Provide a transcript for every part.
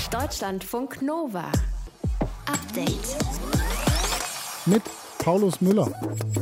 Deutschlandfunk Nova. Update. Mit Paulus Müller.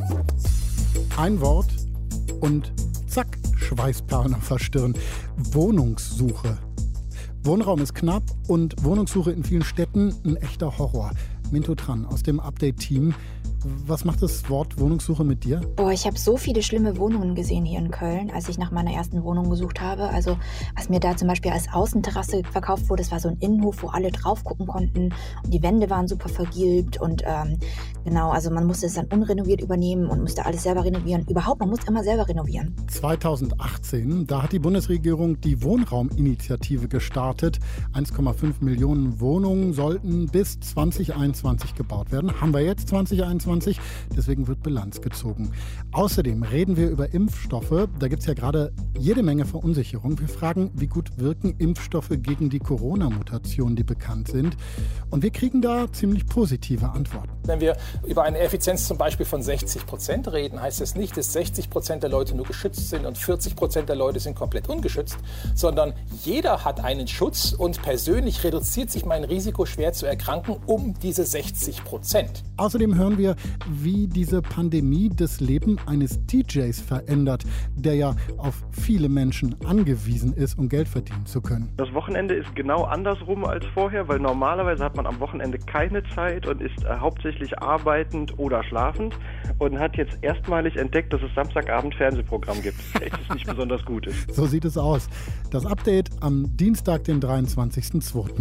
Ein Wort und zack, Schweißperlen auf der Stirn. Wohnungssuche. Wohnraum ist knapp und Wohnungssuche in vielen Städten ein echter Horror. Minto Tran aus dem Update-Team. Was macht das Wort Wohnungssuche mit dir? Ich habe so viele schlimme Wohnungen gesehen hier in Köln, als ich nach meiner ersten Wohnung gesucht habe. Also was mir da zum Beispiel als Außenterrasse verkauft wurde, das war so ein Innenhof, wo alle drauf gucken konnten. Und die Wände waren super vergilbt und also man musste es dann unrenoviert übernehmen und musste alles selber renovieren. Überhaupt, man muss immer selber renovieren. 2018, da hat die Bundesregierung die Wohnrauminitiative gestartet. 1,5 Millionen Wohnungen sollten bis 2021 gebaut werden. Haben wir jetzt 2021? Deswegen wird Bilanz gezogen. Außerdem reden wir über Impfstoffe. Da gibt es ja gerade jede Menge Verunsicherung. Wir fragen, wie gut wirken Impfstoffe gegen die Corona-Mutationen, die bekannt sind. Und wir kriegen da ziemlich positive Antworten. Wenn wir über eine Effizienz zum Beispiel von 60% reden, heißt das nicht, dass 60% der Leute nur geschützt sind und 40% der Leute sind komplett ungeschützt, sondern jeder hat einen Schutz und persönlich reduziert sich mein Risiko, schwer zu erkranken, um diese 60%. Außerdem hören wir, wie diese Pandemie das Leben eines DJs verändert, der ja auf viele Menschen angewiesen ist, um Geld verdienen zu können. Das Wochenende ist genau andersrum als vorher, weil normalerweise hat man am Wochenende keine Zeit und ist hauptsächlich arbeitend oder schlafend und hat jetzt erstmalig entdeckt, dass es Samstagabend Fernsehprogramm gibt, welches nicht besonders gut ist. So sieht es aus. Das Update am Dienstag, den 23.02.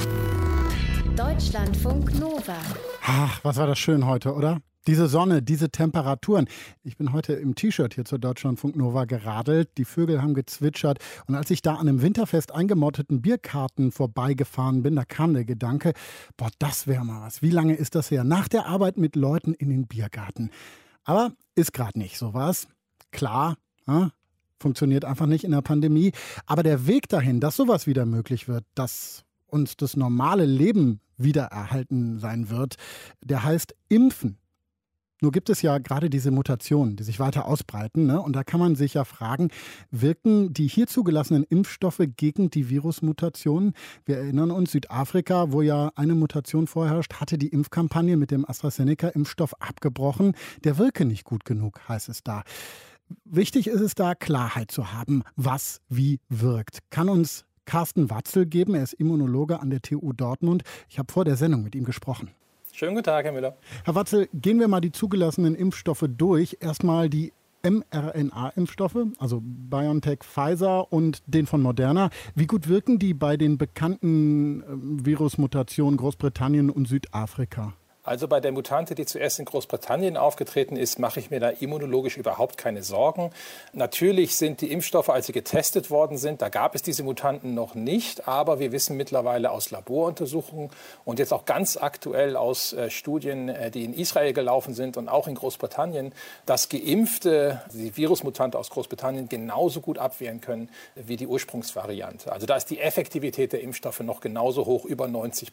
Deutschlandfunk Nova. Ach, was war das schön heute, oder? Diese Sonne, diese Temperaturen. Ich bin heute im T-Shirt hier zur Deutschlandfunk Nova geradelt. Die Vögel haben gezwitschert. Und als ich da an einem winterfest eingemotteten Bierkarten vorbeigefahren bin, da kam der Gedanke, boah, das wäre mal was. Wie lange ist das her? Nach der Arbeit mit Leuten in den Biergarten. Aber ist gerade nicht so was. Klar, funktioniert einfach nicht in der Pandemie. Aber der Weg dahin, dass sowas wieder möglich wird, dass uns das normale Leben wiedererhalten sein wird, der heißt Impfen. Nur gibt es ja gerade diese Mutationen, die sich weiter ausbreiten. Ne? Und da kann man sich ja fragen, wirken die hier zugelassenen Impfstoffe gegen die Virusmutationen? Wir erinnern uns, Südafrika, wo ja eine Mutation vorherrscht, hatte die Impfkampagne mit dem AstraZeneca-Impfstoff abgebrochen. Der wirke nicht gut genug, heißt es da. Wichtig ist es da, Klarheit zu haben, was wie wirkt. Kann uns Carsten Watzel geben. Er ist Immunologe an der TU Dortmund. Ich habe vor der Sendung mit ihm gesprochen. Schönen guten Tag, Herr Müller. Herr Watzel, gehen wir mal die zugelassenen Impfstoffe durch. Erstmal die mRNA-Impfstoffe, also BioNTech, Pfizer und den von Moderna. Wie gut wirken die bei den bekannten Virusmutationen Großbritannien und Südafrika? Also bei der Mutante, die zuerst in Großbritannien aufgetreten ist, mache ich mir da immunologisch überhaupt keine Sorgen. Natürlich sind die Impfstoffe, als sie getestet worden sind, da gab es diese Mutanten noch nicht. Aber wir wissen mittlerweile aus Laboruntersuchungen und jetzt auch ganz aktuell aus Studien, die in Israel gelaufen sind und auch in Großbritannien, dass Geimpfte die Virusmutante aus Großbritannien genauso gut abwehren können wie die Ursprungsvariante. Also da ist die Effektivität der Impfstoffe noch genauso hoch, über 90%.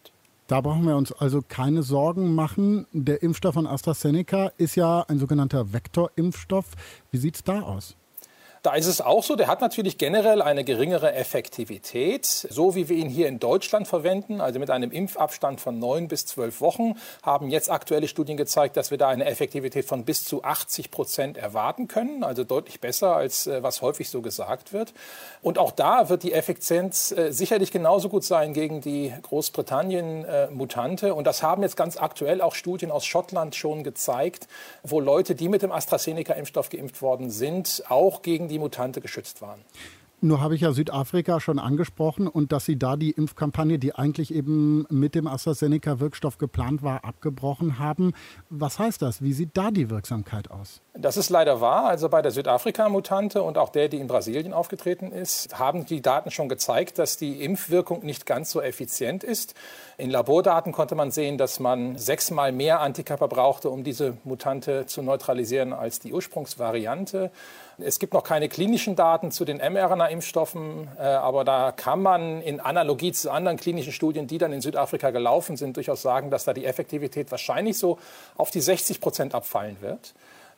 Da brauchen wir uns also keine Sorgen machen. Der Impfstoff von AstraZeneca ist ja ein sogenannter Vektorimpfstoff. Wie sieht es da aus? Da ist es auch so, der hat natürlich generell eine geringere Effektivität, so wie wir ihn hier in Deutschland verwenden, also mit einem Impfabstand von 9 bis 12 Wochen, haben jetzt aktuelle Studien gezeigt, dass wir da eine Effektivität von bis zu 80% erwarten können, also deutlich besser, als was häufig so gesagt wird. Und auch da wird die Effizienz sicherlich genauso gut sein gegen die Großbritannien-Mutante. Und das haben jetzt ganz aktuell auch Studien aus Schottland schon gezeigt, wo Leute, die mit dem AstraZeneca-Impfstoff geimpft worden sind, auch gegen die Mutante geschützt waren. Nur habe ich ja Südafrika schon angesprochen und dass Sie da die Impfkampagne, die eigentlich eben mit dem AstraZeneca-Wirkstoff geplant war, abgebrochen haben. Was heißt das? Wie sieht da die Wirksamkeit aus? Das ist leider wahr. Also bei der Südafrika-Mutante und auch der, die in Brasilien aufgetreten ist, haben die Daten schon gezeigt, dass die Impfwirkung nicht ganz so effizient ist. In Labordaten konnte man sehen, dass man 6-mal mehr Antikörper brauchte, um diese Mutante zu neutralisieren als die Ursprungsvariante. Es gibt noch keine klinischen Daten zu den mRNA-Impfstoffen, aber da kann man in Analogie zu anderen klinischen Studien, die dann in Südafrika gelaufen sind, durchaus sagen, dass da die Effektivität wahrscheinlich so auf die 60% abfallen wird.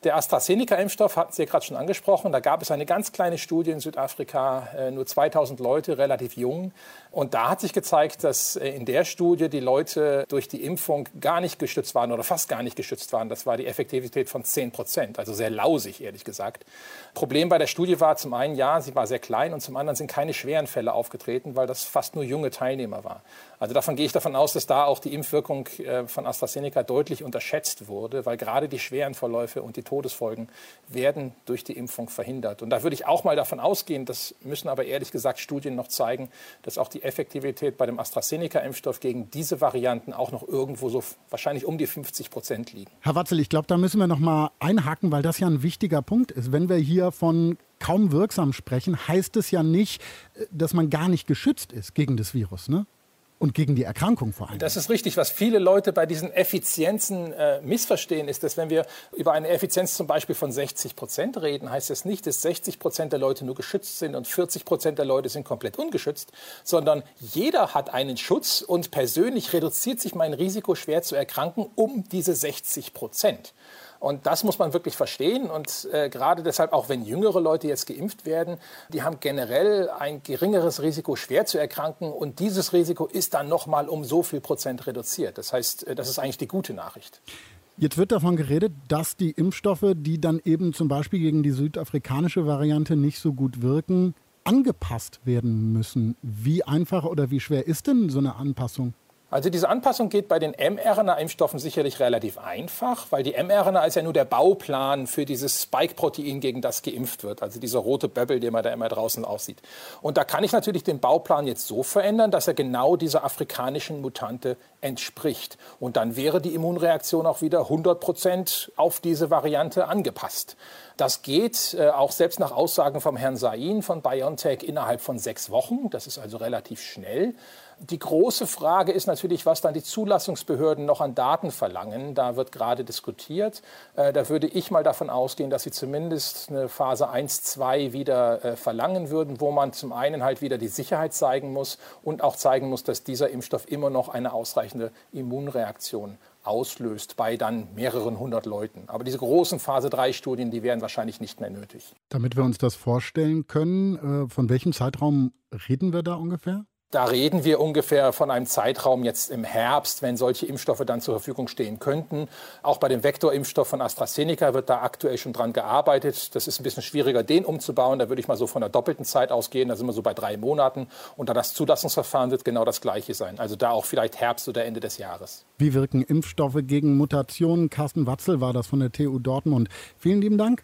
Der AstraZeneca-Impfstoff hatten Sie ja gerade schon angesprochen. Da gab es eine ganz kleine Studie in Südafrika, nur 2000 Leute, relativ jung. Und da hat sich gezeigt, dass in der Studie die Leute durch die Impfung gar nicht geschützt waren oder fast gar nicht geschützt waren. Das war die Effektivität von 10%, also sehr lausig, ehrlich gesagt. Problem bei der Studie war zum einen, ja, sie war sehr klein und zum anderen sind keine schweren Fälle aufgetreten, weil das fast nur junge Teilnehmer war. Also davon gehe ich davon aus, dass da auch die Impfwirkung von AstraZeneca deutlich unterschätzt wurde, weil gerade die schweren Verläufe und die Todesfolgen werden durch die Impfung verhindert. Und da würde ich auch mal davon ausgehen, das müssen aber ehrlich gesagt Studien noch zeigen, dass auch die Effektivität bei dem AstraZeneca-Impfstoff gegen diese Varianten auch noch irgendwo so wahrscheinlich um die 50% liegen. Herr Watzel, ich glaube, da müssen wir noch mal einhaken, weil das ja ein wichtiger Punkt ist. Wenn wir hier von kaum wirksam sprechen, heißt es ja nicht, dass man gar nicht geschützt ist gegen das Virus, ne? Und gegen die Erkrankung vor allem. Das ist richtig. Was viele Leute bei diesen Effizienzen missverstehen, ist, dass wenn wir über eine Effizienz zum Beispiel von 60% reden, heißt das nicht, dass 60% der Leute nur geschützt sind und 40% der Leute sind komplett ungeschützt, sondern jeder hat einen Schutz und persönlich reduziert sich mein Risiko, schwer zu erkranken, um diese 60%. Und das muss man wirklich verstehen. Und gerade deshalb, auch wenn jüngere Leute jetzt geimpft werden, die haben generell ein geringeres Risiko, schwer zu erkranken. Und dieses Risiko ist dann noch mal um so viel Prozent reduziert. Das heißt, das ist eigentlich die gute Nachricht. Jetzt wird davon geredet, dass die Impfstoffe, die dann eben zum Beispiel gegen die südafrikanische Variante nicht so gut wirken, angepasst werden müssen. Wie einfach oder wie schwer ist denn so eine Anpassung? Also diese Anpassung geht bei den mRNA-Impfstoffen sicherlich relativ einfach, weil die mRNA ist ja nur der Bauplan für dieses Spike-Protein, gegen das geimpft wird. Also dieser rote Böbbel, den man da immer draußen aussieht. Und da kann ich natürlich den Bauplan jetzt so verändern, dass er genau dieser afrikanischen Mutante entspricht. Und dann wäre die Immunreaktion auch wieder 100% auf diese Variante angepasst. Das geht auch selbst nach Aussagen vom Herrn Sahin von BioNTech innerhalb von 6 Wochen. Das ist also relativ schnell. Die große Frage ist natürlich, was dann die Zulassungsbehörden noch an Daten verlangen. Da wird gerade diskutiert. Da würde ich mal davon ausgehen, dass sie zumindest eine Phase 1, 2 wieder verlangen würden, wo man zum einen halt wieder die Sicherheit zeigen muss und auch zeigen muss, dass dieser Impfstoff immer noch eine ausreichende Immunreaktion auslöst bei dann mehreren 100 Leuten. Aber diese großen Phase-3-Studien, die wären wahrscheinlich nicht mehr nötig. Damit wir uns das vorstellen können, von welchem Zeitraum reden wir da ungefähr? Da reden wir ungefähr von einem Zeitraum jetzt im Herbst, wenn solche Impfstoffe dann zur Verfügung stehen könnten. Auch bei dem Vektorimpfstoff von AstraZeneca wird da aktuell schon dran gearbeitet. Das ist ein bisschen schwieriger, den umzubauen. Da würde ich mal so von der doppelten Zeit ausgehen. Da sind wir so bei 3 Monaten. Und da das Zulassungsverfahren wird genau das Gleiche sein. Also da auch vielleicht Herbst oder Ende des Jahres. Wie wirken Impfstoffe gegen Mutationen? Carsten Watzel war das von der TU Dortmund. Vielen lieben Dank.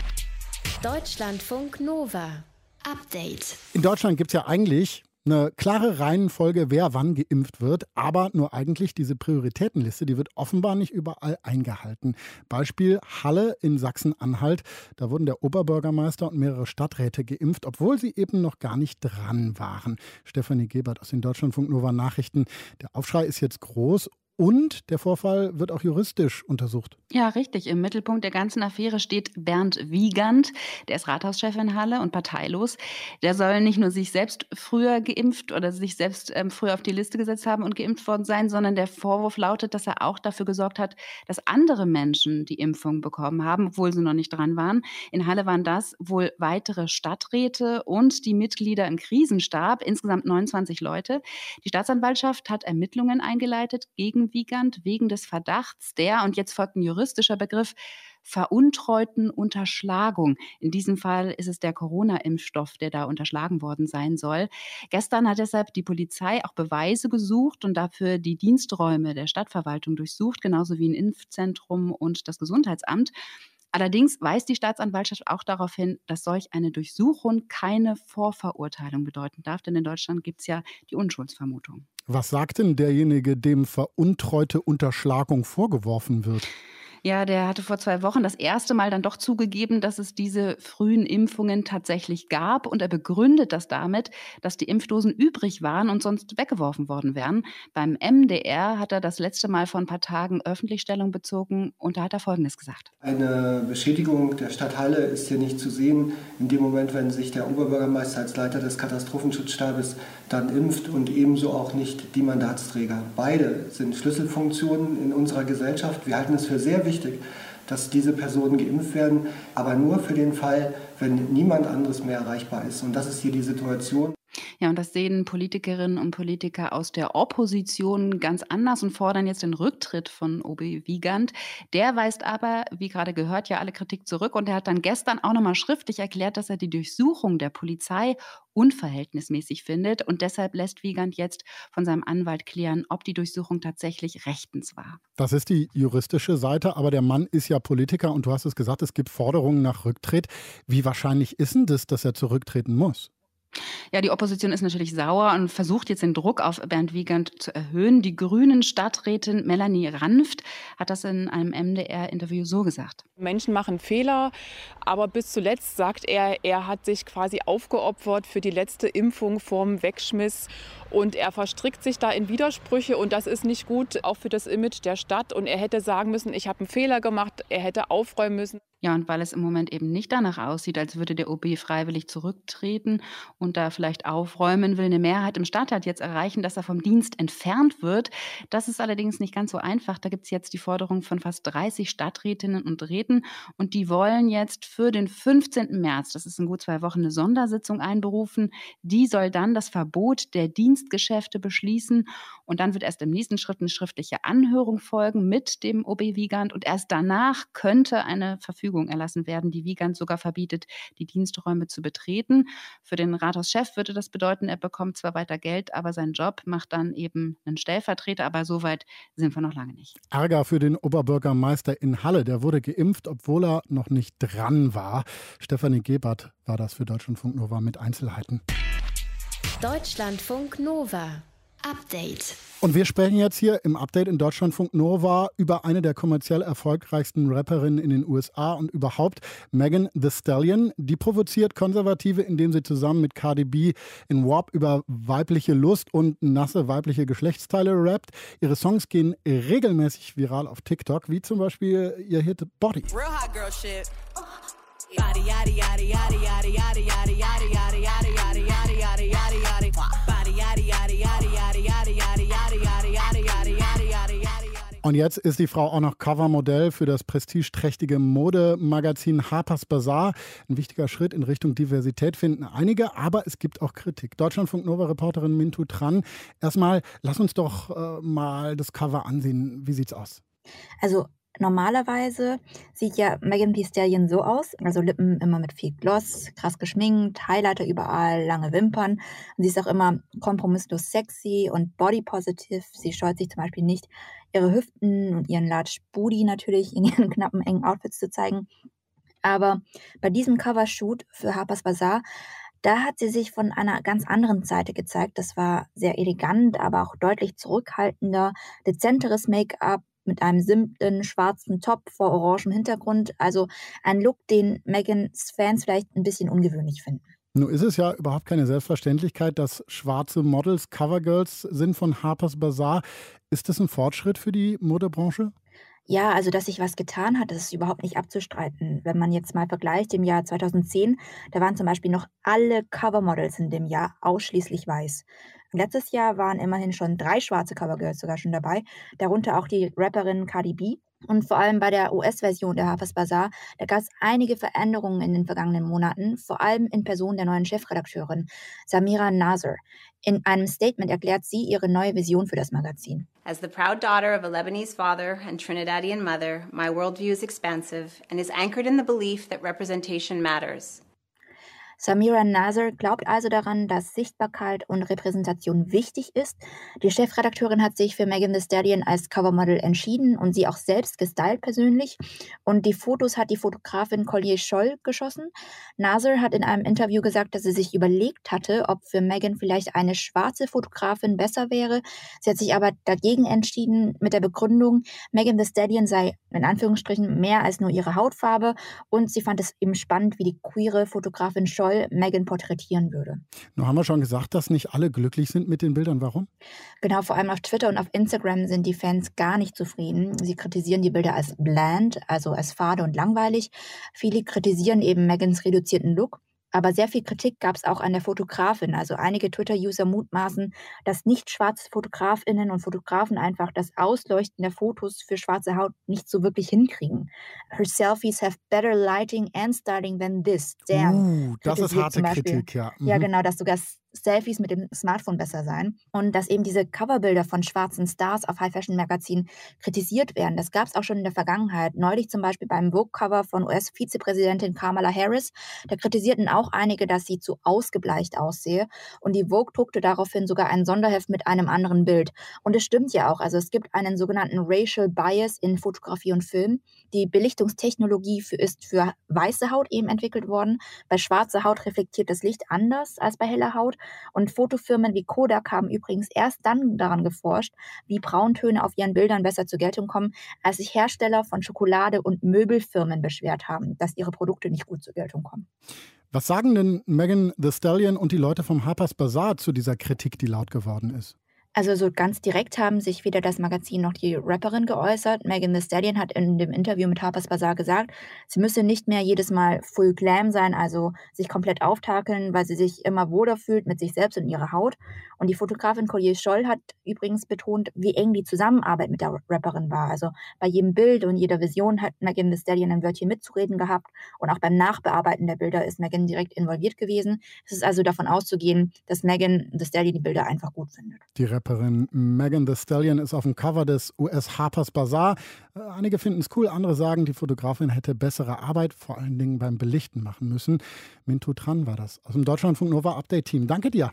Deutschlandfunk Nova. Update. In Deutschland gibt es ja eigentlich eine klare Reihenfolge, wer wann geimpft wird, aber nur eigentlich diese Prioritätenliste, die wird offenbar nicht überall eingehalten. Beispiel Halle in Sachsen-Anhalt, da wurden der Oberbürgermeister und mehrere Stadträte geimpft, obwohl sie eben noch gar nicht dran waren. Stefanie Gebert aus den Deutschlandfunk Nova Nachrichten. Der Aufschrei ist jetzt groß. Und der Vorfall wird auch juristisch untersucht. Ja, richtig. Im Mittelpunkt der ganzen Affäre steht Bernd Wiegand. Der ist Rathauschef in Halle und parteilos. Der soll nicht nur sich selbst früher geimpft oder sich selbst früher auf die Liste gesetzt haben und geimpft worden sein, sondern der Vorwurf lautet, dass er auch dafür gesorgt hat, dass andere Menschen die Impfung bekommen haben, obwohl sie noch nicht dran waren. In Halle waren das wohl weitere Stadträte und die Mitglieder im Krisenstab, insgesamt 29 Leute. Die Staatsanwaltschaft hat Ermittlungen eingeleitet gegen Wiegand wegen des Verdachts der, und jetzt folgt ein juristischer Begriff, veruntreuten Unterschlagung. In diesem Fall ist es der Corona-Impfstoff, der da unterschlagen worden sein soll. Gestern hat deshalb die Polizei auch Beweise gesucht und dafür die Diensträume der Stadtverwaltung durchsucht, genauso wie ein Impfzentrum und das Gesundheitsamt. Allerdings weist die Staatsanwaltschaft auch darauf hin, dass solch eine Durchsuchung keine Vorverurteilung bedeuten darf, denn in Deutschland gibt es ja die Unschuldsvermutung. Was sagt denn derjenige, dem veruntreute Unterschlagung vorgeworfen wird? Ja, der hatte vor 2 Wochen das erste Mal dann doch zugegeben, dass es diese frühen Impfungen tatsächlich gab. Und er begründet das damit, dass die Impfdosen übrig waren und sonst weggeworfen worden wären. Beim MDR hat er das letzte Mal vor ein paar Tagen öffentlich Stellung bezogen und da hat er Folgendes gesagt. Eine Beschädigung der Stadt Halle ist hier nicht zu sehen. In dem Moment, wenn sich der Oberbürgermeister als Leiter des Katastrophenschutzstabes dann impft und ebenso auch nicht die Mandatsträger. Beide sind Schlüsselfunktionen in unserer Gesellschaft. Wir halten es für sehr wichtig, dass diese Personen geimpft werden, aber nur für den Fall, wenn niemand anderes mehr erreichbar ist. Und das ist hier die Situation. Ja, und das sehen Politikerinnen und Politiker aus der Opposition ganz anders und fordern jetzt den Rücktritt von Obi Wiegand. Der weist aber, wie gerade gehört, ja alle Kritik zurück und er hat dann gestern auch nochmal schriftlich erklärt, dass er die Durchsuchung der Polizei unverhältnismäßig findet und deshalb lässt Wiegand jetzt von seinem Anwalt klären, ob die Durchsuchung tatsächlich rechtens war. Das ist die juristische Seite, aber der Mann ist ja Politiker und du hast es gesagt, es gibt Forderungen nach Rücktritt. Wie wahrscheinlich ist denn das, dass er zurücktreten muss? Ja, die Opposition ist natürlich sauer und versucht jetzt den Druck auf Bernd Wiegand zu erhöhen. Die Grünen-Stadträtin Melanie Ranft hat das in einem MDR-Interview so gesagt. Menschen machen Fehler, aber bis zuletzt sagt er hat sich quasi aufgeopfert für die letzte Impfung vorm Wegschmiss. Und er verstrickt sich da in Widersprüche und das ist nicht gut, auch für das Image der Stadt. Und er hätte sagen müssen, ich habe einen Fehler gemacht, er hätte aufräumen müssen. Ja, und weil es im Moment eben nicht danach aussieht, als würde der OB freiwillig zurücktreten und da vielleicht aufräumen, will eine Mehrheit im Stadtrat jetzt erreichen, dass er vom Dienst entfernt wird. Das ist allerdings nicht ganz so einfach. Da gibt es jetzt die Forderung von fast 30 Stadträtinnen und Räten und die wollen jetzt für den 15. März, das ist in gut 2 Wochen, eine Sondersitzung einberufen. Die soll dann das Verbot der Dienstgeschäfte beschließen und dann wird erst im nächsten Schritt eine schriftliche Anhörung folgen mit dem OB Wiegand und erst danach könnte eine Verfügung erlassen werden, die Wiegand sogar verbietet, die Diensträume zu betreten. Für den Rathauschef würde das bedeuten, er bekommt zwar weiter Geld, aber sein Job macht dann eben einen Stellvertreter, aber so weit sind wir noch lange nicht. Ärger für den Oberbürgermeister in Halle, der wurde geimpft, obwohl er noch nicht dran war. Stefanie Gebert war das für Deutschlandfunk Nova mit Einzelheiten. Deutschlandfunk Nova. Update. Und wir sprechen jetzt hier im Update in Deutschlandfunk Nova über eine der kommerziell erfolgreichsten Rapperinnen in den USA und überhaupt, Megan Thee Stallion. Die provoziert Konservative, indem sie zusammen mit Cardi B in WAP über weibliche Lust und nasse weibliche Geschlechtsteile rappt. Ihre Songs gehen regelmäßig viral auf TikTok, wie zum Beispiel ihr Hit Body. Real hot girl shit. Body yaddy yaddy yaddy yaddy yaddy yaddy yaddy yaddy yaddy yaddy yaddy yaddy yaddy yaddy. Body yaddy yaddy yaddy yaddy yaddy yaddy yaddy yaddy yaddy yaddy yaddy yaddy yaddy. Und jetzt ist die Frau auch noch Covermodell für das prestigeträchtige Modemagazin Harper's Bazaar. Ein wichtiger Schritt in Richtung Diversität finden einige, aber es gibt auch Kritik. Deutschlandfunk Nova-Reporterin Mintu Tran. Erstmal, lass uns doch mal das Cover ansehen. Wie sieht's aus? Also normalerweise sieht ja Megan Thee Stallion so aus, also Lippen immer mit viel Gloss, krass geschminkt, Highlighter überall, lange Wimpern. Und sie ist auch immer kompromisslos sexy und body positive. Sie scheut sich zum Beispiel nicht, ihre Hüften und ihren Large Booty natürlich in ihren knappen, engen Outfits zu zeigen. Aber bei diesem Covershoot für Harper's Bazaar, da hat sie sich von einer ganz anderen Seite gezeigt. Das war sehr elegant, aber auch deutlich zurückhaltender, dezenteres Make-up, mit einem simplen schwarzen Top vor orangem Hintergrund. Also ein Look, den Megans Fans vielleicht ein bisschen ungewöhnlich finden. Nun ist es ja überhaupt keine Selbstverständlichkeit, dass schwarze Models Covergirls sind von Harper's Bazaar. Ist das ein Fortschritt für die Modebranche? Ja, also dass sich was getan hat, das ist überhaupt nicht abzustreiten. Wenn man jetzt mal vergleicht, im Jahr 2010, da waren zum Beispiel noch alle Covermodels in dem Jahr ausschließlich weiß. Letztes Jahr waren immerhin schon 3 schwarze Covergirls sogar schon dabei, darunter auch die Rapperin Cardi B. Und vor allem bei der US-Version der Harper's Bazaar, da gab es einige Veränderungen in den vergangenen Monaten, vor allem in Person der neuen Chefredakteurin Samira Nasr. In einem Statement erklärt sie ihre neue Vision für das Magazin. As the proud daughter of a Lebanese father and Trinidadian mother, my worldview is expansive and is anchored in the belief that representation matters. Samira Nasr glaubt also daran, dass Sichtbarkeit und Repräsentation wichtig ist. Die Chefredakteurin hat sich für Megan Thee Stallion als Covermodel entschieden und sie auch selbst gestylt persönlich. Und die Fotos hat die Fotografin Collier Scholl geschossen. Nasr hat in einem Interview gesagt, dass sie sich überlegt hatte, ob für Megan vielleicht eine schwarze Fotografin besser wäre. Sie hat sich aber dagegen entschieden mit der Begründung, Megan Thee Stallion sei in Anführungsstrichen mehr als nur ihre Hautfarbe und sie fand es eben spannend, wie die queere Fotografin Scholl Megan porträtieren würde. Nun haben wir schon gesagt, dass nicht alle glücklich sind mit den Bildern. Warum? Genau, vor allem auf Twitter und auf Instagram sind die Fans gar nicht zufrieden. Sie kritisieren die Bilder als bland, also als fade und langweilig. Viele kritisieren eben Megans reduzierten Look. Aber sehr viel Kritik gab es auch an der Fotografin. Also einige Twitter-User mutmaßen, dass nicht schwarze Fotografinnen und Fotografen einfach das Ausleuchten der Fotos für schwarze Haut nicht so wirklich hinkriegen. Her selfies have better lighting and styling than this. Das ist harte Kritik, ja. Ja, genau, dass sogar Selfies mit dem Smartphone besser seien und dass eben diese Coverbilder von schwarzen Stars auf High-Fashion-Magazinen kritisiert werden. Das gab es auch schon in der Vergangenheit. Neulich zum Beispiel beim Vogue-Cover von US-Vizepräsidentin Kamala Harris. Da kritisierten auch einige, dass sie zu ausgebleicht aussehe. Und die Vogue druckte daraufhin sogar ein Sonderheft mit einem anderen Bild. Und es stimmt ja auch. Also es gibt einen sogenannten Racial Bias in Fotografie und Film. Die Belichtungstechnologie ist für weiße Haut eben entwickelt worden. Bei schwarzer Haut reflektiert das Licht anders als bei heller Haut. Und Fotofirmen wie Kodak haben übrigens erst dann daran geforscht, wie Brauntöne auf ihren Bildern besser zur Geltung kommen, als sich Hersteller von Schokolade- und Möbelfirmen beschwert haben, dass ihre Produkte nicht gut zur Geltung kommen. Was sagen denn Megan Thee Stallion und die Leute vom Harper's Bazaar zu dieser Kritik, die laut geworden ist? Also so ganz direkt haben sich weder das Magazin noch die Rapperin geäußert. Megan Thee Stallion hat in dem Interview mit Harper's Bazaar gesagt, sie müsse nicht mehr jedes Mal full glam sein, also sich komplett auftakeln, weil sie sich immer wohler fühlt mit sich selbst und ihrer Haut. Und die Fotografin Collier Scholl hat übrigens betont, wie eng die Zusammenarbeit mit der Rapperin war. Also bei jedem Bild und jeder Vision hat Megan Thee Stallion ein Wörtchen mitzureden gehabt und auch beim Nachbearbeiten der Bilder ist Megan direkt involviert gewesen. Es ist also davon auszugehen, dass Megan Thee Stallion die Bilder einfach gut findet. Die Rapperin Megan Thee Stallion ist auf dem Cover des US Harper's Bazaar. Einige finden es cool, andere sagen, die Fotografin hätte bessere Arbeit, vor allen Dingen beim Belichten machen müssen. Mintu Tran war das aus dem Deutschlandfunk Nova Update Team. Danke dir.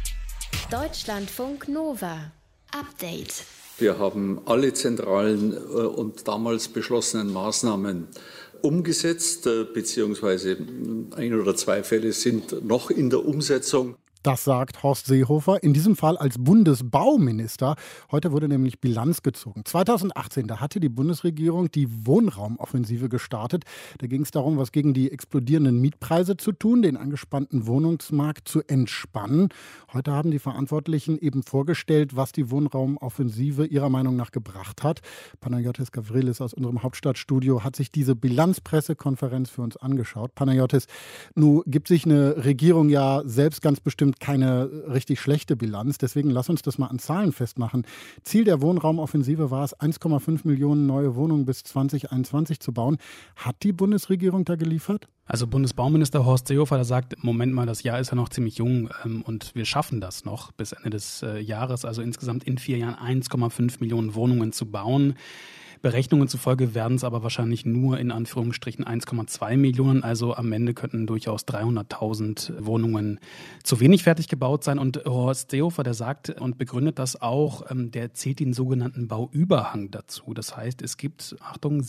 Deutschlandfunk Nova Update. Wir haben alle zentralen und damals beschlossenen Maßnahmen umgesetzt, beziehungsweise 1 oder 2 Fälle sind noch in der Umsetzung. Das sagt Horst Seehofer, in diesem Fall als Bundesbauminister. Heute wurde nämlich Bilanz gezogen. 2018, da hatte die Bundesregierung die Wohnraumoffensive gestartet. Da ging es darum, was gegen die explodierenden Mietpreise zu tun, den angespannten Wohnungsmarkt zu entspannen. Heute haben die Verantwortlichen eben vorgestellt, was die Wohnraumoffensive ihrer Meinung nach gebracht hat. Panayotis Gavrilis aus unserem Hauptstadtstudio hat sich diese Bilanzpressekonferenz für uns angeschaut. Panayotis, nun gibt sich eine Regierung ja selbst ganz bestimmt keine richtig schlechte Bilanz. Deswegen lass uns das mal an Zahlen festmachen. Ziel der Wohnraumoffensive war es, 1,5 Millionen neue Wohnungen bis 2021 zu bauen. Hat die Bundesregierung da geliefert? Also Bundesbauminister Horst Seehofer, der sagt, Moment mal, das Jahr ist ja noch ziemlich jung und wir schaffen das noch bis Ende des Jahres, also insgesamt in 4 Jahren 1,5 Millionen Wohnungen zu bauen. Berechnungen zufolge werden es aber wahrscheinlich nur in Anführungsstrichen 1,2 Millionen. Also am Ende könnten durchaus 300.000 Wohnungen zu wenig fertig gebaut sein. Und Horst Seehofer, der sagt und begründet das auch, der zählt den sogenannten Bauüberhang dazu. Das heißt, es gibt, Achtung,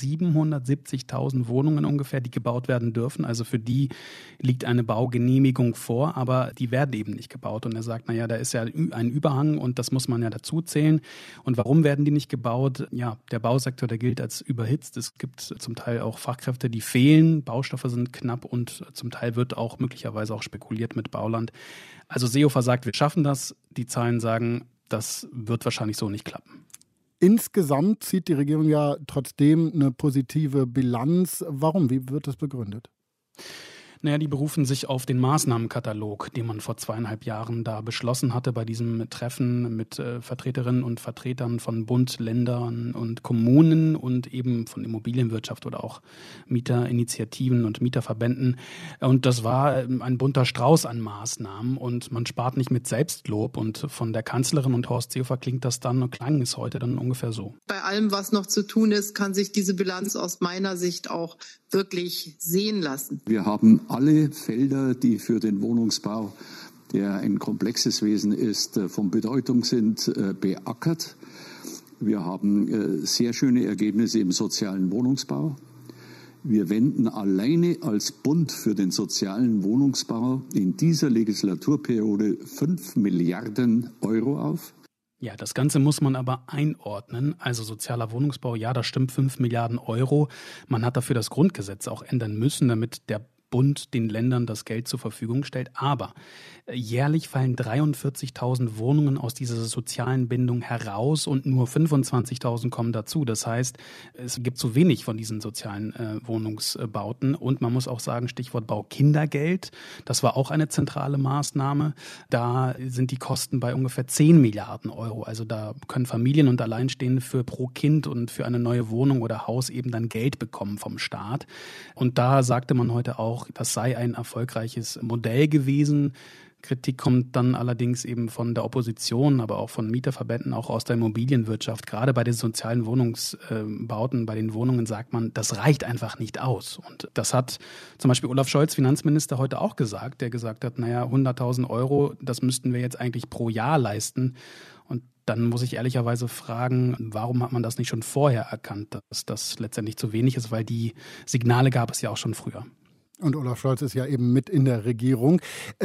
770.000 Wohnungen ungefähr, die gebaut werden dürfen. Also für die liegt eine Baugenehmigung vor, aber die werden eben nicht gebaut. Und er sagt, naja, da ist ja ein Überhang und das muss man ja dazu zählen. Und warum werden die nicht gebaut? Ja, der Bausektor, der gilt als überhitzt. Es gibt zum Teil auch Fachkräfte, die fehlen. Baustoffe sind knapp und zum Teil wird auch möglicherweise auch spekuliert mit Bauland. Also Seehofer sagt, wir schaffen das. Die Zahlen sagen, das wird wahrscheinlich so nicht klappen. Insgesamt zieht die Regierung ja trotzdem eine positive Bilanz. Warum? Wie wird das begründet? Naja, die berufen sich auf den Maßnahmenkatalog, den man vor 2,5 Jahren da beschlossen hatte bei diesem Treffen mit Vertreterinnen und Vertretern von Bund, Ländern und Kommunen und eben von Immobilienwirtschaft oder auch Mieterinitiativen und Mieterverbänden. Und das war ein bunter Strauß an Maßnahmen und man spart nicht mit Selbstlob. Und von der Kanzlerin und Horst Seehofer klang es heute dann ungefähr so. Bei allem, was noch zu tun ist, kann sich diese Bilanz aus meiner Sicht auch wirklich sehen lassen. Wir haben alle Felder, die für den Wohnungsbau, der ein komplexes Wesen ist, von Bedeutung sind, beackert. Wir haben sehr schöne Ergebnisse im sozialen Wohnungsbau. Wir wenden alleine als Bund für den sozialen Wohnungsbau in dieser Legislaturperiode 5 Milliarden Euro auf. Ja, das Ganze muss man aber einordnen. Also sozialer Wohnungsbau, ja, das stimmt, 5 Milliarden Euro. Man hat dafür das Grundgesetz auch ändern müssen, damit der Bund den Ländern das Geld zur Verfügung stellt. Aber jährlich fallen 43.000 Wohnungen aus dieser sozialen Bindung heraus und nur 25.000 kommen dazu. Das heißt, es gibt zu wenig von diesen sozialen Wohnungsbauten. Und man muss auch sagen, Stichwort Baukindergeld, das war auch eine zentrale Maßnahme. Da sind die Kosten bei ungefähr 10 Milliarden Euro. Also da können Familien und Alleinstehende für pro Kind und für eine neue Wohnung oder Haus eben dann Geld bekommen vom Staat. Und da sagte man heute auch, das sei ein erfolgreiches Modell gewesen. Kritik kommt dann allerdings eben von der Opposition, aber auch von Mieterverbänden, auch aus der Immobilienwirtschaft. Gerade bei den sozialen Wohnungsbauten, bei den Wohnungen sagt man, das reicht einfach nicht aus. Und das hat zum Beispiel Olaf Scholz, Finanzminister, heute auch gesagt, der gesagt hat, 100.000 Euro, das müssten wir jetzt eigentlich pro Jahr leisten. Und dann muss ich ehrlicherweise fragen, warum hat man das nicht schon vorher erkannt, dass das letztendlich zu wenig ist, weil die Signale gab es ja auch schon früher. Und Olaf Scholz ist ja eben mit in der Regierung.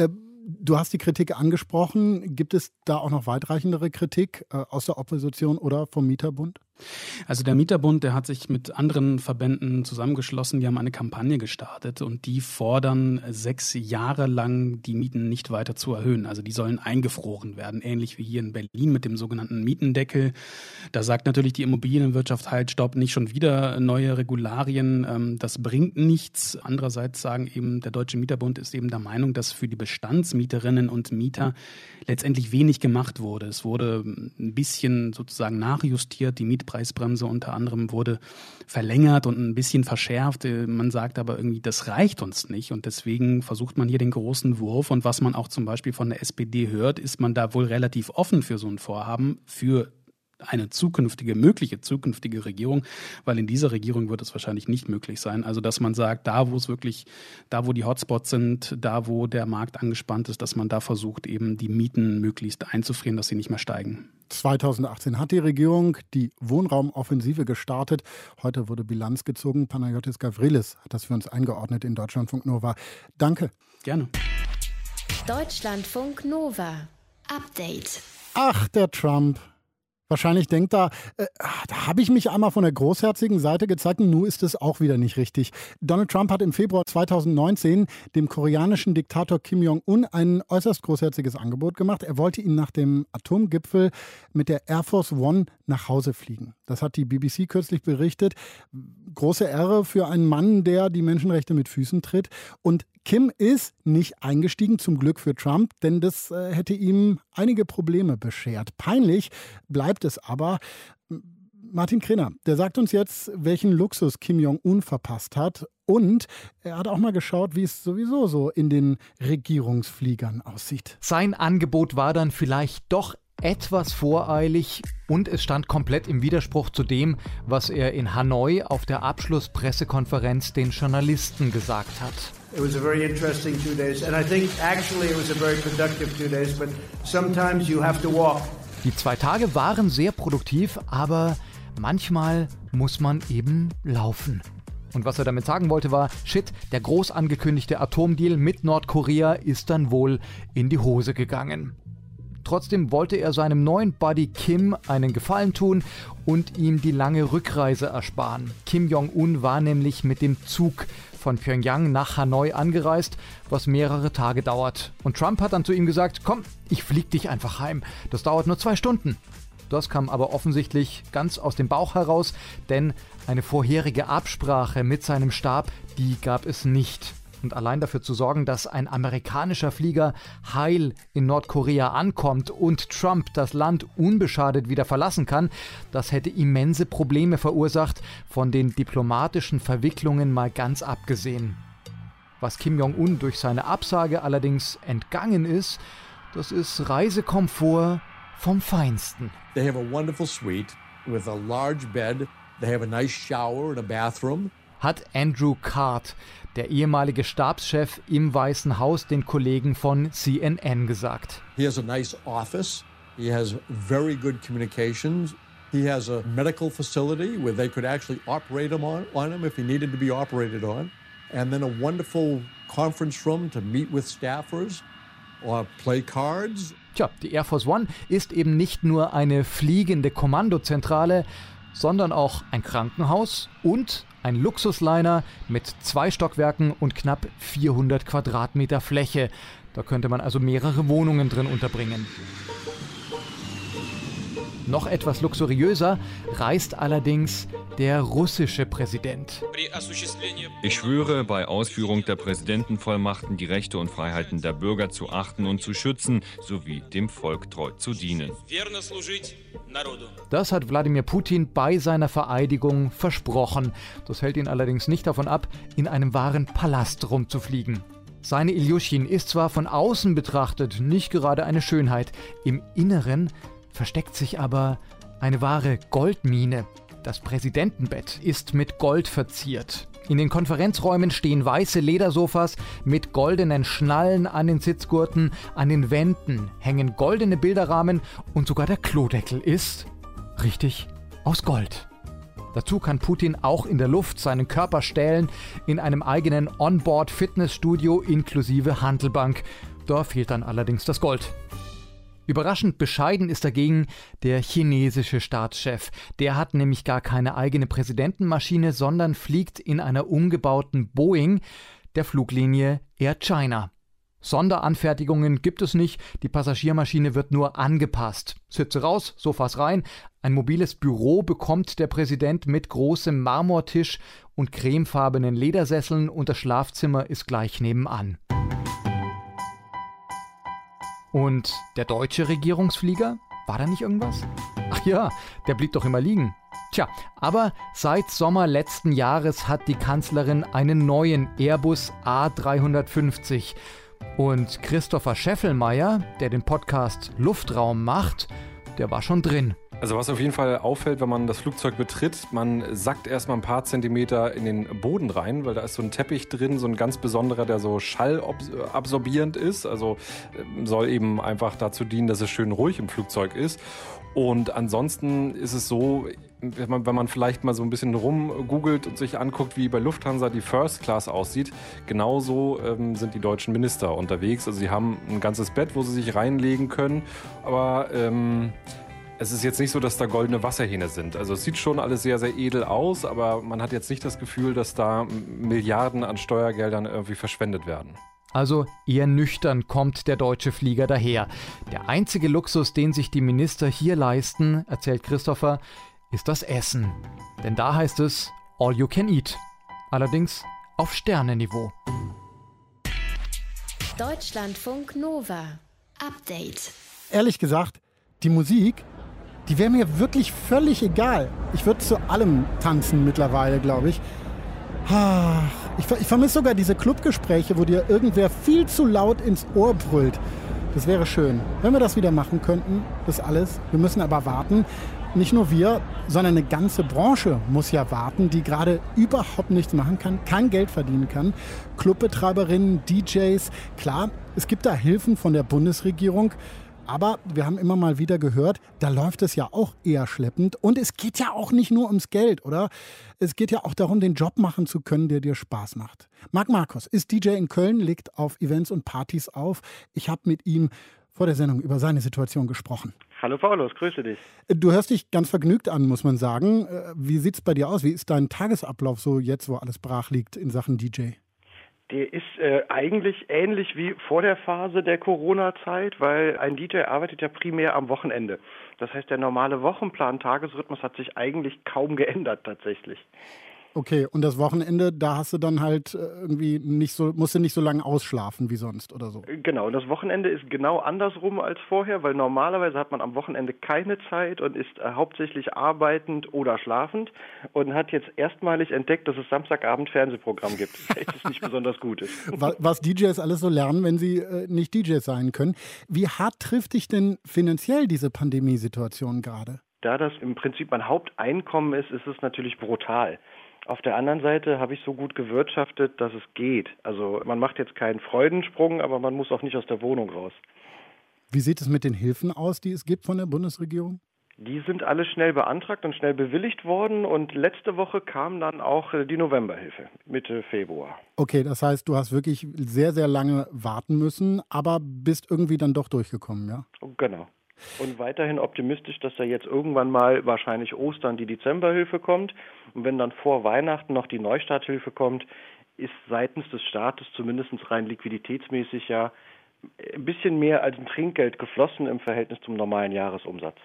Du hast die Kritik angesprochen. Gibt es da auch noch weitreichendere Kritik aus der Opposition oder vom Mieterbund? Also der Mieterbund, der hat sich mit anderen Verbänden zusammengeschlossen, die haben eine Kampagne gestartet und die fordern 6 Jahre lang die Mieten nicht weiter zu erhöhen. Also die sollen eingefroren werden, ähnlich wie hier in Berlin mit dem sogenannten Mietendeckel. Da sagt natürlich die Immobilienwirtschaft, halt, stopp, nicht schon wieder neue Regularien, das bringt nichts. Andererseits sagen eben, der Deutsche Mieterbund ist eben der Meinung, dass für die Bestandsmieterinnen und Mieter letztendlich wenig gemacht wurde. Es wurde ein bisschen sozusagen nachjustiert, die Mietpreisbremse unter anderem wurde verlängert und ein bisschen verschärft. Man sagt aber irgendwie, das reicht uns nicht und deswegen versucht man hier den großen Wurf und was man auch zum Beispiel von der SPD hört, ist man da wohl relativ offen für so ein Vorhaben, für eine mögliche zukünftige Regierung, weil in dieser Regierung wird es wahrscheinlich nicht möglich sein. Also dass man sagt, da wo die Hotspots sind, da wo der Markt angespannt ist, dass man da versucht, eben die Mieten möglichst einzufrieren, dass sie nicht mehr steigen. 2018 hat die Regierung die Wohnraumoffensive gestartet. Heute wurde Bilanz gezogen. Panagiotis Gavrilis hat das für uns eingeordnet in Deutschlandfunk Nova. Danke. Gerne. Deutschlandfunk Nova. Update. Ach, der Trump. Wahrscheinlich denkt er, da habe ich mich einmal von der großherzigen Seite gezeigt und nun ist es auch wieder nicht richtig. Donald Trump hat im Februar 2019 dem koreanischen Diktator Kim Jong-un ein äußerst großherziges Angebot gemacht. Er wollte ihn nach dem Atomgipfel mit der Air Force One nach Hause fliegen. Das hat die BBC kürzlich berichtet. Große Ehre für einen Mann, der die Menschenrechte mit Füßen tritt. Und Kim ist nicht eingestiegen, zum Glück für Trump, denn das hätte ihm einige Probleme beschert. Peinlich bleibt es aber. Martin Krenner, der sagt uns jetzt, welchen Luxus Kim Jong-un verpasst hat. Und er hat auch mal geschaut, wie es sowieso so in den Regierungsfliegern aussieht. Sein Angebot war dann vielleicht doch etwas voreilig und es stand komplett im Widerspruch zu dem, was er in Hanoi auf der Abschlusspressekonferenz den Journalisten gesagt hat. It was a very interesting 2 days and I think actually it was a very productive 2 days, but sometimes you have to walk. Die 2 Tage waren sehr produktiv, aber manchmal muss man eben laufen. Und was er damit sagen wollte war, shit, der groß angekündigte Atomdeal mit Nordkorea ist dann wohl in die Hose gegangen. Trotzdem wollte er seinem neuen Buddy Kim einen Gefallen tun und ihm die lange Rückreise ersparen. Kim Jong-un war nämlich mit dem Zug von Pyongyang nach Hanoi angereist, was mehrere Tage dauert. Und Trump hat dann zu ihm gesagt, komm, ich flieg dich einfach heim. Das dauert nur 2 Stunden. Das kam aber offensichtlich ganz aus dem Bauch heraus, denn eine vorherige Absprache mit seinem Stab, die gab es nicht. Und allein dafür zu sorgen, dass ein amerikanischer Flieger heil in Nordkorea ankommt und Trump das Land unbeschadet wieder verlassen kann, das hätte immense Probleme verursacht, von den diplomatischen Verwicklungen mal ganz abgesehen. Was Kim Jong-un durch seine Absage allerdings entgangen ist, das ist Reisekomfort vom Feinsten. They have a wonderful suite with a large bed. They have a nice shower and a bathroom. Hat Andrew Card, der ehemalige Stabschef im Weißen Haus, den Kollegen von CNN gesagt. He has a nice office. He has very good communications. He has a medical facility where they could actually operate him on him if he needed to be operated on. And then a wonderful conference room to meet with staffers or play cards. Tja, die Air Force One ist eben nicht nur eine fliegende Kommandozentrale, sondern auch ein Krankenhaus und ein Luxusliner mit 2 Stockwerken und knapp 400 Quadratmeter Fläche. Da könnte man also mehrere Wohnungen drin unterbringen. Noch etwas luxuriöser reist allerdings der russische Präsident. Ich schwöre, bei Ausführung der Präsidentenvollmachten die Rechte und Freiheiten der Bürger zu achten und zu schützen, sowie dem Volk treu zu dienen. Das hat Wladimir Putin bei seiner Vereidigung versprochen. Das hält ihn allerdings nicht davon ab, in einem wahren Palast rumzufliegen. Seine Iljuschin ist zwar von außen betrachtet nicht gerade eine Schönheit, im Inneren versteckt sich aber eine wahre Goldmine. Das Präsidentenbett ist mit Gold verziert. In den Konferenzräumen stehen weiße Ledersofas mit goldenen Schnallen an den Sitzgurten. An den Wänden hängen goldene Bilderrahmen und sogar der Klodeckel ist, richtig, aus Gold. Dazu kann Putin auch in der Luft seinen Körper stählen in einem eigenen Onboard-Fitnessstudio inklusive Hantelbank. Da fehlt dann allerdings das Gold. Überraschend bescheiden ist dagegen der chinesische Staatschef. Der hat nämlich gar keine eigene Präsidentenmaschine, sondern fliegt in einer umgebauten Boeing der Fluglinie Air China. Sonderanfertigungen gibt es nicht, die Passagiermaschine wird nur angepasst. Sitze raus, Sofas rein, ein mobiles Büro bekommt der Präsident mit großem Marmortisch und cremefarbenen Ledersesseln und das Schlafzimmer ist gleich nebenan. Und der deutsche Regierungsflieger? War da nicht irgendwas? Ach ja, der blieb doch immer liegen. Tja, aber seit Sommer letzten Jahres hat die Kanzlerin einen neuen Airbus A350. Und Christopher Scheffelmeier, der den Podcast Luftraum macht, der war schon drin. Also was auf jeden Fall auffällt, wenn man das Flugzeug betritt, man sackt erstmal ein paar Zentimeter in den Boden rein, weil da ist so ein Teppich drin, so ein ganz besonderer, der so schallabsorbierend ist. Also soll eben einfach dazu dienen, dass es schön ruhig im Flugzeug ist. Und ansonsten ist es so, wenn man vielleicht mal so ein bisschen rumgoogelt und sich anguckt, wie bei Lufthansa die First Class aussieht, genauso sind die deutschen Minister unterwegs. Also sie haben ein ganzes Bett, wo sie sich reinlegen können, aber es ist jetzt nicht so, dass da goldene Wasserhähne sind. Also es sieht schon alles sehr, sehr edel aus, aber man hat jetzt nicht das Gefühl, dass da Milliarden an Steuergeldern irgendwie verschwendet werden. Also eher nüchtern kommt der deutsche Flieger daher. Der einzige Luxus, den sich die Minister hier leisten, erzählt Christopher, ist das Essen. Denn da heißt es all you can eat. Allerdings auf Sternenniveau. Deutschlandfunk Nova. Update. Ehrlich gesagt, die Musik, die wäre mir wirklich völlig egal. Ich würde zu allem tanzen mittlerweile, glaube ich. Ich vermisse sogar diese Clubgespräche, wo dir irgendwer viel zu laut ins Ohr brüllt. Das wäre schön, wenn wir das wieder machen könnten, das alles. Wir müssen aber warten. Nicht nur wir, sondern eine ganze Branche muss ja warten, die gerade überhaupt nichts machen kann, kein Geld verdienen kann. Clubbetreiberinnen, DJs, klar, es gibt da Hilfen von der Bundesregierung. Aber wir haben immer mal wieder gehört, da läuft es ja auch eher schleppend. Und es geht ja auch nicht nur ums Geld, oder? Es geht ja auch darum, den Job machen zu können, der dir Spaß macht. Marc Marcus ist DJ in Köln, legt auf Events und Partys auf. Ich habe mit ihm vor der Sendung über seine Situation gesprochen. Hallo Paulus, grüße dich. Du hörst dich ganz vergnügt an, muss man sagen. Wie sieht es bei dir aus? Wie ist dein Tagesablauf so jetzt, wo alles brach liegt in Sachen DJ? Der ist eigentlich ähnlich wie vor der Phase der Corona-Zeit, weil ein DJ arbeitet ja primär am Wochenende. Das heißt, der normale Wochenplan, Tagesrhythmus hat sich eigentlich kaum geändert tatsächlich. Okay, und das Wochenende, da hast du dann halt irgendwie musst du nicht so lange ausschlafen wie sonst oder so? Genau, und das Wochenende ist genau andersrum als vorher, weil normalerweise hat man am Wochenende keine Zeit und ist hauptsächlich arbeitend oder schlafend und hat jetzt erstmalig entdeckt, dass es Samstagabend Fernsehprogramm gibt, das nicht besonders gut ist. Was DJs alles so lernen, wenn sie nicht DJs sein können. Wie hart trifft dich denn finanziell diese Pandemiesituation gerade? Da das im Prinzip mein Haupteinkommen ist, ist es natürlich brutal. Auf der anderen Seite habe ich so gut gewirtschaftet, dass es geht. Also man macht jetzt keinen Freudensprung, aber man muss auch nicht aus der Wohnung raus. Wie sieht es mit den Hilfen aus, die es gibt von der Bundesregierung? Die sind alle schnell beantragt und schnell bewilligt worden und letzte Woche kam dann auch die Novemberhilfe, Mitte Februar. Okay, das heißt, du hast wirklich sehr, sehr lange warten müssen, aber bist irgendwie dann doch durchgekommen, ja? Genau. Und weiterhin optimistisch, dass da jetzt irgendwann mal wahrscheinlich Ostern die Dezemberhilfe kommt. Und wenn dann vor Weihnachten noch die Neustarthilfe kommt, ist seitens des Staates zumindest rein liquiditätsmäßig ja ein bisschen mehr als ein Trinkgeld geflossen im Verhältnis zum normalen Jahresumsatz.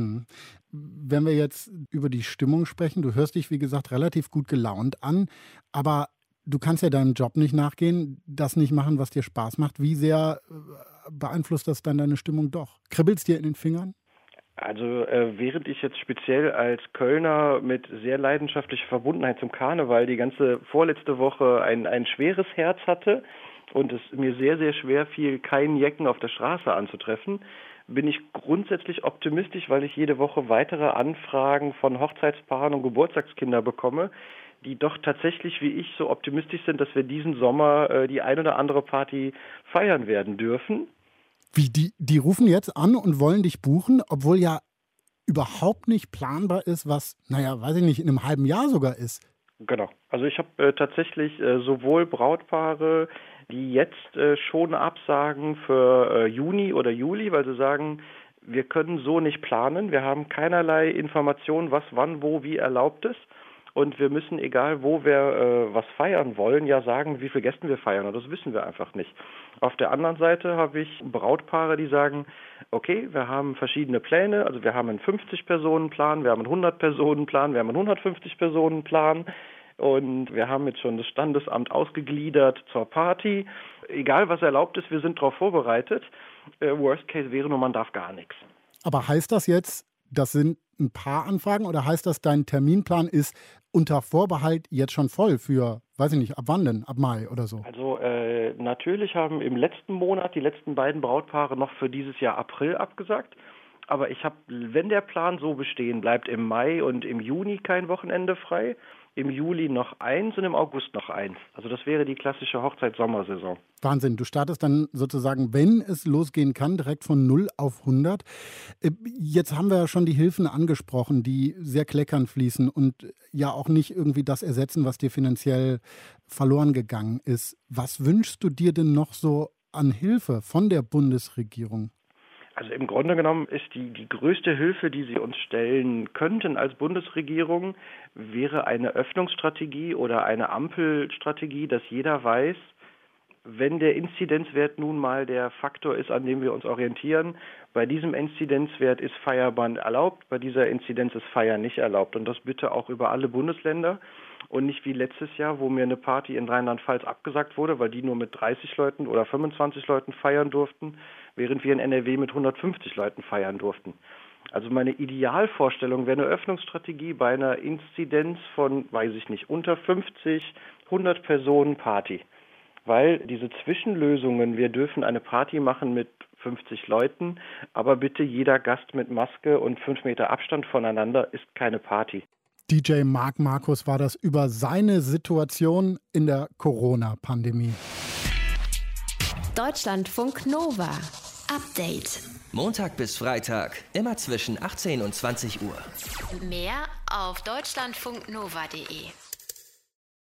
Wenn wir jetzt über die Stimmung sprechen, du hörst dich, wie gesagt, relativ gut gelaunt an, aber du kannst ja deinem Job nicht nachgehen, das nicht machen, was dir Spaß macht. Wie sehr beeinflusst das dann deine Stimmung doch? Kribbelt es dir in den Fingern? Also während ich jetzt speziell als Kölner mit sehr leidenschaftlicher Verbundenheit zum Karneval die ganze vorletzte Woche ein schweres Herz hatte und es mir sehr, sehr schwer fiel, keinen Jecken auf der Straße anzutreffen, bin ich grundsätzlich optimistisch, weil ich jede Woche weitere Anfragen von Hochzeitspaaren und Geburtstagskinder bekomme, die doch tatsächlich wie ich so optimistisch sind, dass wir diesen Sommer die ein oder andere Party feiern werden dürfen. Wie, die rufen jetzt an und wollen dich buchen, obwohl ja überhaupt nicht planbar ist, was, weiß ich nicht, in einem halben Jahr sogar ist. Genau. Also ich habe tatsächlich sowohl Brautpaare, die jetzt schon absagen für Juni oder Juli, weil sie sagen, wir können so nicht planen, wir haben keinerlei Informationen, was, wann, wo, wie erlaubt ist. Und wir müssen, egal wo wir was feiern wollen, ja sagen, wie viele Gäste wir feiern. Und das wissen wir einfach nicht. Auf der anderen Seite habe ich Brautpaare, die sagen, okay, wir haben verschiedene Pläne. Also wir haben einen 50-Personen-Plan, wir haben einen 100-Personen-Plan, wir haben einen 150-Personen-Plan. Und wir haben jetzt schon das Standesamt ausgegliedert zur Party. Egal, was erlaubt ist, wir sind darauf vorbereitet. Worst Case wäre nur, man darf gar nichts. Aber heißt das jetzt, das sind ein paar Anfragen oder heißt das, dein Terminplan ist unter Vorbehalt jetzt schon voll für, weiß ich nicht, ab wann denn? Ab Mai oder so? Also natürlich haben im letzten Monat die letzten beiden Brautpaare noch für dieses Jahr April abgesagt. Aber ich habe, wenn der Plan so bestehen bleibt, im Mai und im Juni kein Wochenende frei, im Juli noch eins und im August noch eins. Also das wäre die klassische Hochzeits-Sommersaison. Wahnsinn, du startest dann sozusagen, wenn es losgehen kann, direkt von 0 auf 100. Jetzt haben wir ja schon die Hilfen angesprochen, die sehr kleckernd fließen und ja auch nicht irgendwie das ersetzen, was dir finanziell verloren gegangen ist. Was wünschst du dir denn noch so an Hilfe von der Bundesregierung? Also im Grunde genommen ist die größte Hilfe, die Sie uns stellen könnten als Bundesregierung, wäre eine Öffnungsstrategie oder eine Ampelstrategie, dass jeder weiß, wenn der Inzidenzwert nun mal der Faktor ist, an dem wir uns orientieren, bei diesem Inzidenzwert ist Feierbahn erlaubt, bei dieser Inzidenz ist Feiern nicht erlaubt. Und das bitte auch über alle Bundesländer und nicht wie letztes Jahr, wo mir eine Party in Rheinland-Pfalz abgesagt wurde, weil die nur mit 30 Leuten oder 25 Leuten feiern durften, während wir in NRW mit 150 Leuten feiern durften. Also meine Idealvorstellung wäre eine Öffnungsstrategie bei einer Inzidenz von, weiß ich nicht, unter 50, 100 Personen Party. Weil diese Zwischenlösungen, wir dürfen eine Party machen mit 50 Leuten, aber bitte jeder Gast mit Maske und 5 Meter Abstand voneinander, ist keine Party. DJ Marc Markus war das über seine Situation in der Corona-Pandemie. Deutschlandfunk Nova. Update. Montag bis Freitag, immer zwischen 18 und 20 Uhr. Mehr auf deutschlandfunknova.de.